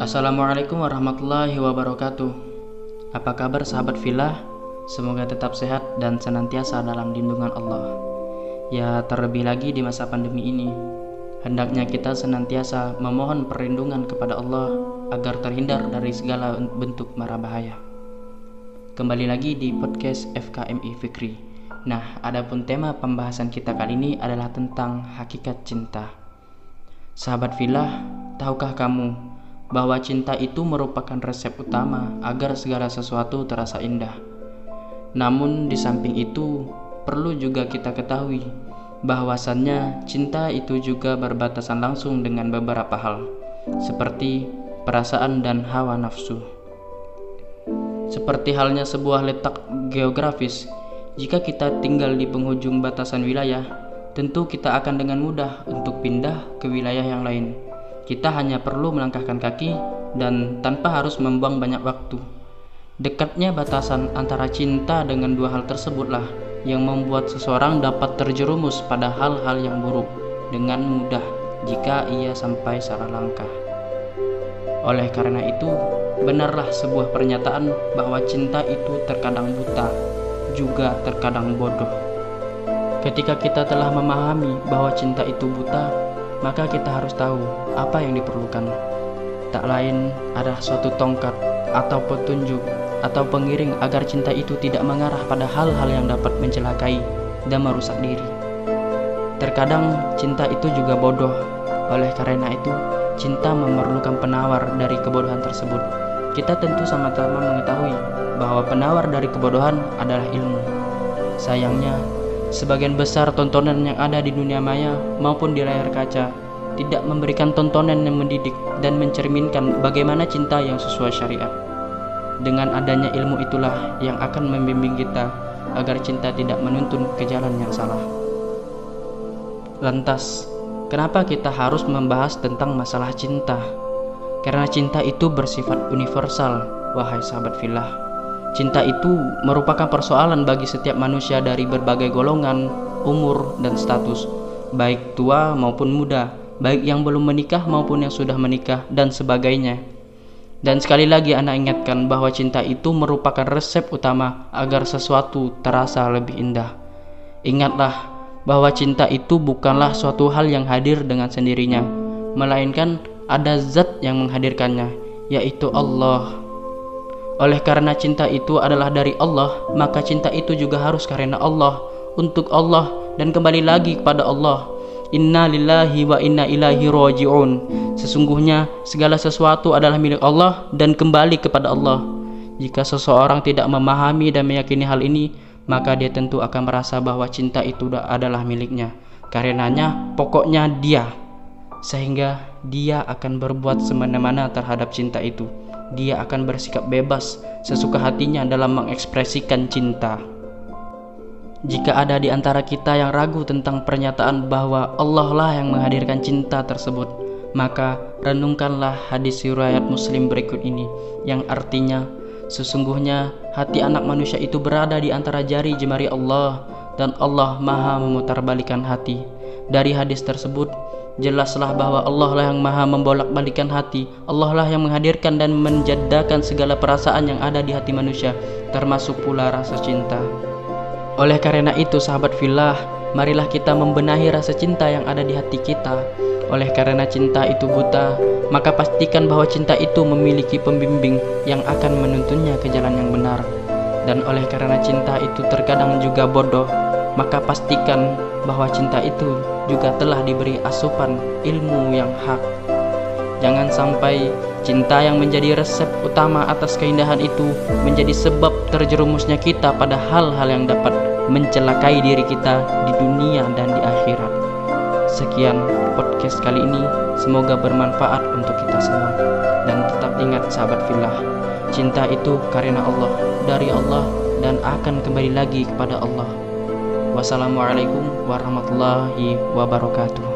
Assalamualaikum warahmatullahi wabarakatuh. Apa kabar sahabat Fillah? Semoga tetap sehat dan senantiasa dalam lindungan Allah. Ya, terlebih lagi di masa pandemi ini, hendaknya kita senantiasa memohon perlindungan kepada Allah agar terhindar dari segala bentuk mara bahaya. Kembali lagi di podcast FKMI Fikri. Nah, adapun tema pembahasan kita kali ini adalah tentang hakikat cinta. Sahabat Fillah, tahukah kamu bahwa cinta itu merupakan resep utama agar segala sesuatu terasa indah? Namun di samping itu, perlu juga kita ketahui bahwasannya cinta itu juga berbatasan langsung dengan beberapa hal, seperti perasaan dan hawa nafsu. Seperti halnya sebuah letak geografis, jika kita tinggal di penghujung batasan wilayah, tentu kita akan dengan mudah untuk pindah ke wilayah yang lain. Kita hanya perlu melangkahkan kaki dan tanpa harus membuang banyak waktu. Dekatnya batasan antara cinta dengan dua hal tersebutlah yang membuat seseorang dapat terjerumus pada hal-hal yang buruk dengan mudah jika ia sampai salah langkah. Oleh karena itu, benarlah sebuah pernyataan bahwa cinta itu terkadang buta, juga terkadang bodoh. Ketika kita telah memahami bahwa cinta itu buta, maka kita harus tahu apa yang diperlukan. Tak lain adalah suatu tongkat atau petunjuk atau pengiring agar cinta itu tidak mengarah pada hal-hal yang dapat mencelakai dan merusak diri. Terkadang cinta itu juga bodoh. Oleh karena itu, cinta memerlukan penawar dari kebodohan tersebut. Kita tentu sama-sama mengetahui bahwa penawar dari kebodohan adalah ilmu. Sayangnya, sebagian besar tontonan yang ada di dunia maya maupun di layar kaca tidak memberikan tontonan yang mendidik dan mencerminkan bagaimana cinta yang sesuai syariat. Dengan adanya ilmu itulah yang akan membimbing kita agar cinta tidak menuntun ke jalan yang salah. Lantas, kenapa kita harus membahas tentang masalah cinta? Karena cinta itu bersifat universal, wahai sahabat Fillah. Cinta itu merupakan persoalan bagi setiap manusia dari berbagai golongan, umur, dan status, baik tua maupun muda, baik yang belum menikah maupun yang sudah menikah, dan sebagainya. Dan sekali lagi Anda ingatkan bahwa cinta itu merupakan resep utama agar sesuatu terasa lebih indah. Ingatlah bahwa cinta itu bukanlah suatu hal yang hadir dengan sendirinya, melainkan ada zat yang menghadirkannya, yaitu Allah. Oleh karena cinta itu adalah dari Allah, maka cinta itu juga harus karena Allah, untuk Allah, dan kembali lagi kepada Allah. Inna lillahi wa inna ilaihi raji'un. Sesungguhnya segala sesuatu adalah milik Allah dan kembali kepada Allah. Jika seseorang tidak memahami dan meyakini hal ini, maka dia tentu akan merasa bahwa cinta itu adalah miliknya. Karenanya pokoknya dia, sehingga dia akan berbuat semena-mena terhadap cinta itu. Dia akan bersikap bebas sesuka hatinya dalam mengekspresikan cinta. Jika ada di antara kita yang ragu tentang pernyataan bahwa Allah lah yang menghadirkan cinta tersebut, maka renungkanlah hadis riwayat Muslim berikut ini, yang artinya, sesungguhnya hati anak manusia itu berada di antara jari jemari Allah, dan Allah maha memutarbalikan hati. Dari hadis tersebut, jelaslah bahwa Allah lah yang maha membolak-balikan hati. Allah lah yang menghadirkan dan menjadakan segala perasaan yang ada di hati manusia, termasuk pula rasa cinta. Oleh karena itu sahabat Fillah, marilah kita membenahi rasa cinta yang ada di hati kita. Oleh karena cinta itu buta, maka pastikan bahwa cinta itu memiliki pembimbing yang akan menuntunnya ke jalan yang benar. Dan oleh karena cinta itu terkadang juga bodoh, maka pastikan bahwa cinta itu juga telah diberi asupan ilmu yang hak. Jangan sampai cinta yang menjadi resep utama atas keindahan itu menjadi sebab terjerumusnya kita pada hal-hal yang dapat mencelakai diri kita di dunia dan di akhirat. Sekian podcast kali ini, semoga bermanfaat untuk kita semua. Dan tetap ingat sahabat Fillah, cinta itu karena Allah, dari Allah, dan akan kembali lagi kepada Allah. Wassalamualaikum warahmatullahi wabarakatuh.